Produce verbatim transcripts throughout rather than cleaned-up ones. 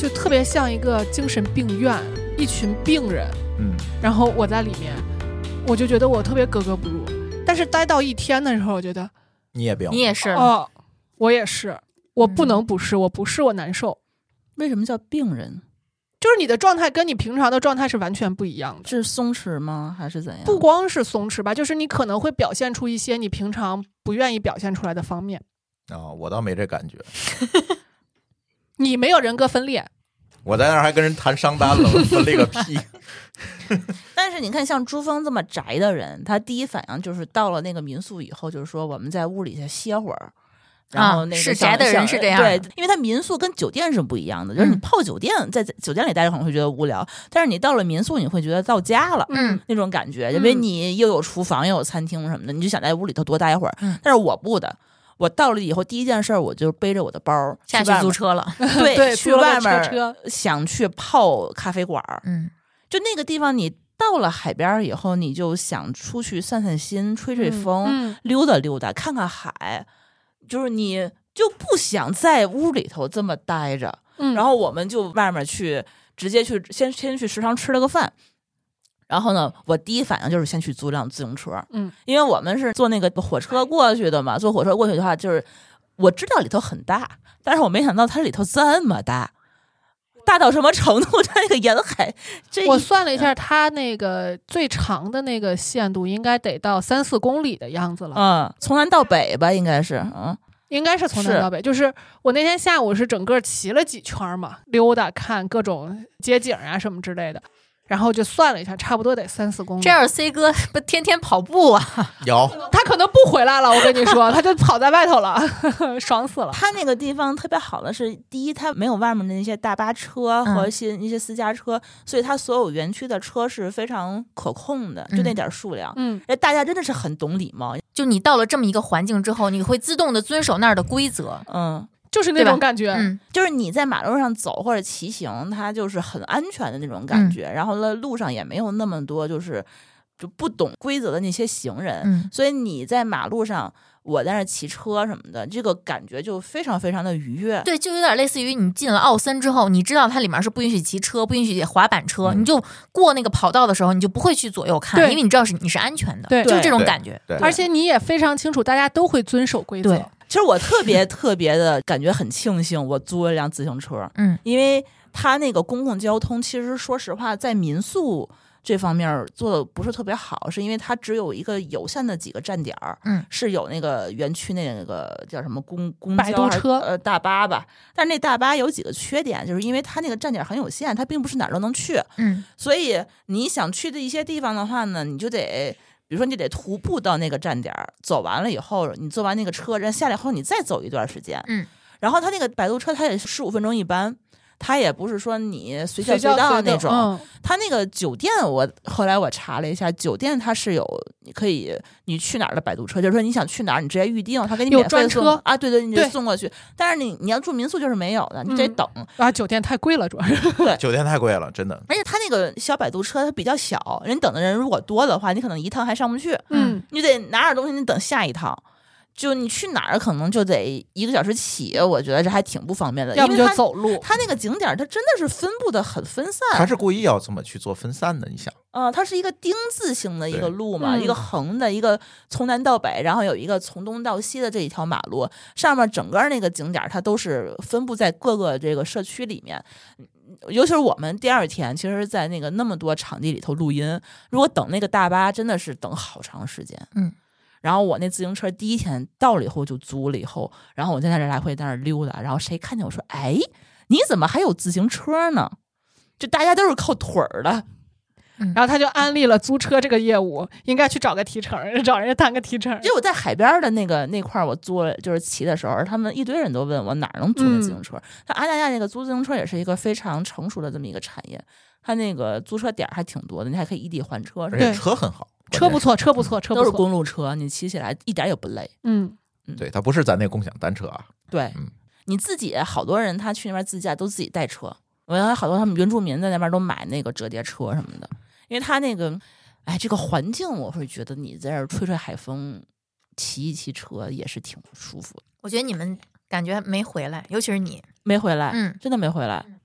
就特别像一个精神病院，一群病人， 嗯， 然后我在里面，我就觉得我特别格格不入。但是待到一天的时候，我觉得你也病， 你也是哦，我也是，我不能不是，嗯、我不是我难受。 为什么叫病人？ 就是你的状态跟你平常的状态是完全不一样的。 是松弛吗？还是怎样？ 不光是松弛吧，就是你可能会表现出一些你平常不愿意表现出来的方面。 啊、哦，我倒没这感觉。 你没有人格分裂。 我在那儿还跟人谈商单了，我分裂个屁。 但是你看，像朱峰这么宅的人，他第一反应就是到了那个民宿以后，就是说我们在屋里先歇会儿。然后那个、 啊、是宅的人是这样的， 对，因为他民宿跟酒店是不一样的，就是你泡酒店，在酒店里待着可能会觉得无聊，但是你到了民宿，你会觉得到家了， 嗯， 那种感觉，因为你又有厨房又有餐厅什么的，你就想在屋里头多待一会儿。 嗯， 但是我不的，我到了以后第一件事我就背着我的包下去租车了， 对， 对， 去外面车想去泡咖啡馆， 嗯， 就那个地方你。到了海边以后，你就想出去散散心、吹吹风、 嗯、 溜达溜达、看看海，就是你就不想在屋里头这么待着。 嗯， 然后我们就外面去，直接去先先去食堂吃了个饭。然后呢，我第一反应就是先去租辆自行车， 嗯， 因为我们是坐那个火车过去的嘛。坐火车过去的话，就是我知道里头很大，但是我没想到它里头这么大。大到什么程度？它那个沿海，这我算了一下，它那个最长的那个线度应该得到三四公里的样子了。 嗯，从南到北吧，应该是，嗯， 应该是从南到北。就是我那天下午是整个骑了几圈嘛，溜达看各种街景啊什么之类的。然后就算了一下，差不多得三四公里。 这样 C 哥不天天跑步啊？ 有， 他可能不回来了。我跟你说，他就跑在外头了，爽死了。 他那个地方特别好的是，第一，他没有外面的那些大巴车和一些、嗯、一些私家车，所以他所有园区的车是非常可控的，就那点数量。 嗯， 大家真的是很懂礼貌。 就你到了这么一个环境之后，你会自动的遵守那儿的规则。 嗯。 就是那种感觉， 嗯， 就是你在马路上走或者骑行，它就是很安全的那种感觉。嗯、然后呢，路上也没有那么多就是就不懂规则的那些行人， 嗯， 所以你在马路上，我在那骑车什么的，这个感觉就非常非常的愉悦。 对，就有点类似于你进了奥森之后，你知道它里面是不允许骑车、不允许滑板车，嗯、你就过那个跑道的时候，你就不会去左右看，因为你知道是你是安全的， 对， 就是这种感觉。 而且你也非常清楚，大家都会遵守规则。 对。其实我特别特别的感觉很庆幸，我租了辆自行车， 嗯， 因为它那个公共交通，其实说实话，在民宿这方面做的不是特别好，是因为它只有一个有限的几个站点， 嗯， 是有那个园区那个叫什么公公交摆渡车呃大巴吧，但是那大巴有几个缺点，就是因为它那个站点很有限，它并不是哪儿都能去， 嗯， 所以你想去的一些地方的话呢，你就得。比如说你得徒步到那个站点，走完了以后，你坐完那个车，然后下来以后你再走一段时间， 嗯， 然后他那个摆渡车它也十五分钟一班，它也不是说你随叫随到那种。 嗯、 它那个酒店我后来我查了一下，酒店它是有你可以你去哪儿的摆渡车，就是说你想去哪儿你直接预定，它给你免费送啊，对对，你就送过去。但是你你要住民宿就是没有的，你得等、 嗯、啊，酒店太贵了，主要是对酒店太贵了，真的。 而且它那个小摆渡车它比较小，人等的人如果多的话，你可能一趟还上不去， 嗯， 你得拿点东西，你等下一趟。就你去哪儿可能就得一个小时起，我觉得这还挺不方便的。 要不就走路。 它那个景点它真的是分布的很分散， 它是故意要这么去做分散的。你想， 呃，它是一个丁字形的一个路嘛， 嗯、 一个横的，一个从南到北，然后有一个从东到西的这一条马路，上面整个那个景点它都是分布在各个这个社区里面。尤其是我们第二天，其实在那个那么多场地里头录音，如果等那个大巴，真的是等好长时间。 嗯。 然后我那自行车第一天到了以后就租了以后，然后我在那来回在那溜达，然后谁看见我说：“哎，你怎么还有自行车呢？”就大家都是靠腿儿的。 嗯、然后他就安利了租车这个业务，应该去找个提成，找人家谈个提成。 因为我在海边的那个那块我租就是骑的时候，他们一堆人都问我哪儿能租那自行车。他、嗯、阿那亚那个租自行车也是一个非常成熟的这么一个产业，他那个租车点还挺多的，你还可以异地还车， 而且车很好。 车不错，车不错，车不错， 都是公路车，你骑起来一点也不累。 嗯， 对，它不是咱那共享单车啊。 对，嗯、你自己好多人他去那边自驾都自己带车，我原来好多他们原住民在那边都买那个折叠车什么的，因为他那个，哎，这个环境我会觉得你在这儿吹吹海风，骑一骑车也是挺舒服的。 我觉得你们感觉没回来，尤其是你没回来， 嗯， 真的没回来。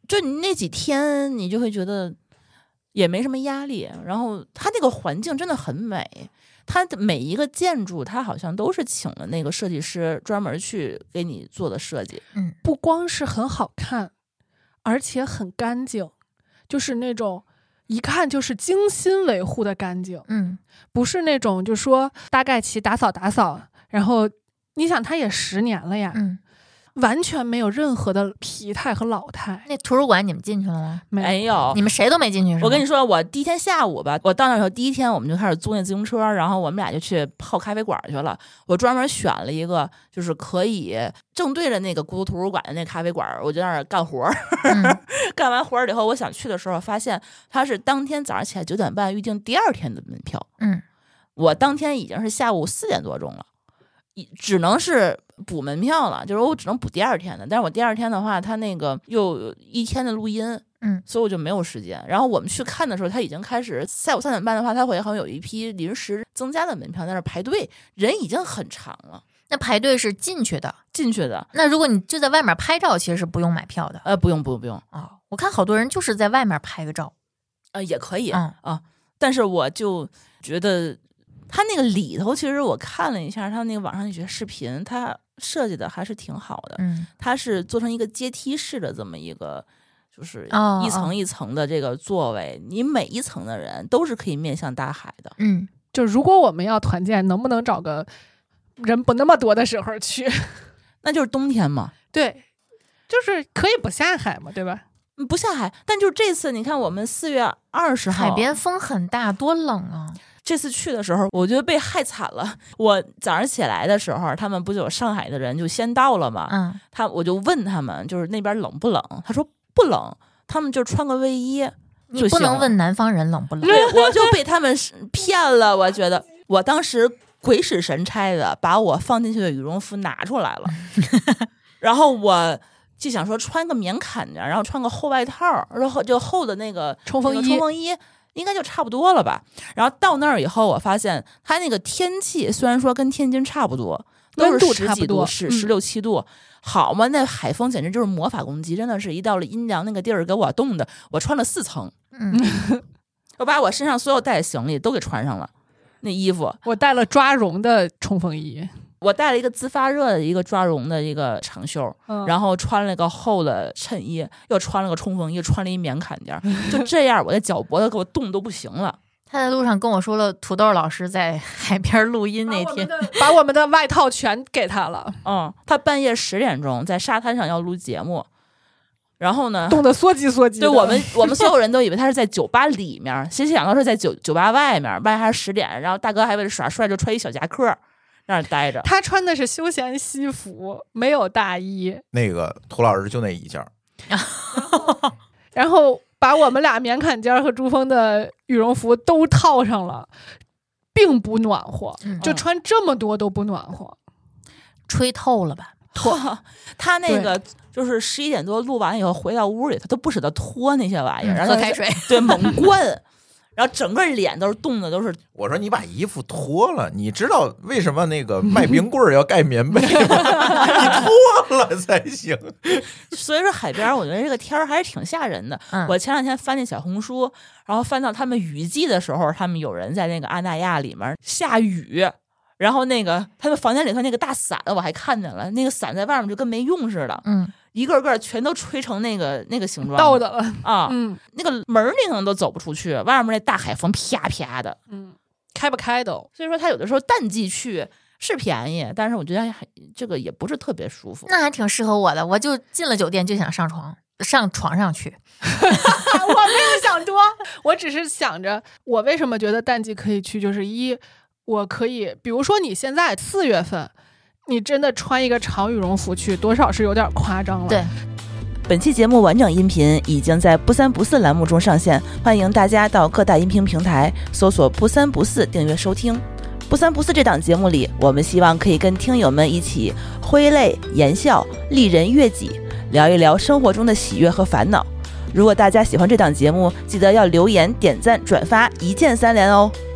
就你那几天你就会觉得也没什么压力，然后它那个环境真的很美。它的每一个建筑，它好像都是请了那个设计师专门去给你做的设计。 嗯， 不光是很好看，而且很干净，就是那种一看就是精心维护的干净。 嗯， 不是那种就说大概其打扫打扫，然后你想它也十年了呀， 嗯， 完全没有任何的疲态和老态。 那图书馆你们进去了吗？ 没有， 你们谁都没进去是吗？ 我跟你说，我第一天下午吧，我到那时候第一天我们就开始租那自行车，然后我们俩就去泡咖啡馆去了。我专门选了一个就是可以正对着那个孤独图书馆的那咖啡馆，我就在那儿干活儿。 嗯、 干完活儿以后，我想去的时候发现他是当天早上起来九点半预定第二天的门票。 嗯， 我当天已经是下午四点多钟了，只能是补门票了，就是我只能补第二天的。但是我第二天的话，他那个又有一天的录音， 嗯， 所以我就没有时间。然后我们去看的时候，他已经开始下午三点半的话，他会好像有一批临时增加的门票在那排队，人已经很长了。 那排队是进去的， 进去的。 那如果你就在外面拍照，其实是不用买票的。 呃，不用，不用，不用啊、哦！我看好多人就是在外面拍个照， 呃，也可以， 嗯啊。但是我就觉得他那个里头，其实我看了一下，他那个网上那些视频，他设计的还是挺好的。 嗯， 它是做成一个阶梯式的这么一个，就是哦一层一层的这个座位，哦、你每一层的人都是可以面向大海的。 嗯， 就如果我们要团建，能不能找个人不那么多的时候去？ 那就是冬天嘛。 对，就是可以不下海嘛，对吧？ 不下海，但就是这次你看，我们四月二十号海边风很大，多冷啊！ 这次去的时候，我觉得被害惨了。我早上起来的时候，他们不就有上海的人就先到了嘛？ 嗯， 他我就问他们，就是那边冷不冷？他说不冷，他们就穿个卫衣。 你不能问南方人冷不冷？ 对，我就被他们骗了。我觉得我当时鬼使神差的把我放进去的羽绒服拿出来了，然后我就想说穿个棉坎肩，然后穿个厚外套，然后就厚的那个冲锋衣， 那个冲锋衣应该就差不多了吧。然后到那儿以后，我发现它那个天气虽然说跟天津差不多，都是十几度，十十六七度。好嘛，那海风简直就是魔法攻击，真的是一到了阴凉那个地儿给我冻的，我穿了四层。 嗯， 我把我身上所有带的行李都给穿上了，那衣服我带了抓绒的冲锋衣， 我带了一个自发热的一个抓绒的一个长袖， 嗯、 然后穿了个厚的衬衣，又穿了个冲锋衣，穿了一棉坎肩，就这样，我的脚脖子给我冻都不行了。 他在路上跟我说了，土豆老师在海边录音那天， 把我们的外套全给他了。 嗯，他半夜十点钟在沙滩上要录节目，然后呢， 冻得缩鸡缩鸡。 对我们，我们所有人都以为他是在酒吧里面，谁想到是在酒酒吧外面，半夜还是十点，然后大哥还为了耍帅就穿一小夹克那儿待着。 他穿的是休闲西服，没有大衣。 那个涂老师就那一件， 然后。然后把我们俩棉坎肩和珠峰的羽绒服都套上了，并不暖和， 嗯、 就穿这么多都不暖和， 吹透了吧？ 脱，他那个就是十一点多录完以后回到屋里，他都不舍得脱那些玩意儿， 嗯、 然后喝开水， 对，猛灌，然后整个脸都是冻的，都是。 我说你把衣服脱了，你知道为什么那个卖冰棍要盖棉被吗？你脱了才行。 所以说海边，我觉得这个天儿还是挺吓人的。 嗯、 我前两天翻那小红书，然后翻到他们雨季的时候，他们有人在那个阿那亚里面下雨。然后那个他们房间里头那个大伞我还看见了，那个伞在外面就跟没用似的， 嗯， 一个个全都吹成那个那个形状， 倒的了啊， 嗯， 那个门你可能都走不出去，外面那大海风啪啪的， 嗯，开不开都。 所以说他有的时候淡季去是便宜，但是我觉得这个也不是特别舒服。 那还挺适合我的，我就进了酒店就想上床，上床上去。 我没有想多，我只是想着我为什么觉得淡季可以去，就是一。我可以，比如说你现在四月份，你真的穿一个长羽绒服去，多少是有点夸张了。 对， 本期节目完整音频已经在不三不四栏目中上线，欢迎大家到各大音频平台搜索不三不四订阅收听。不三不四这档节目里，我们希望可以跟听友们一起挥泪言笑，丽人悦己，聊一聊生活中的喜悦和烦恼。如果大家喜欢这档节目，记得要留言、点赞、转发，一键三连哦。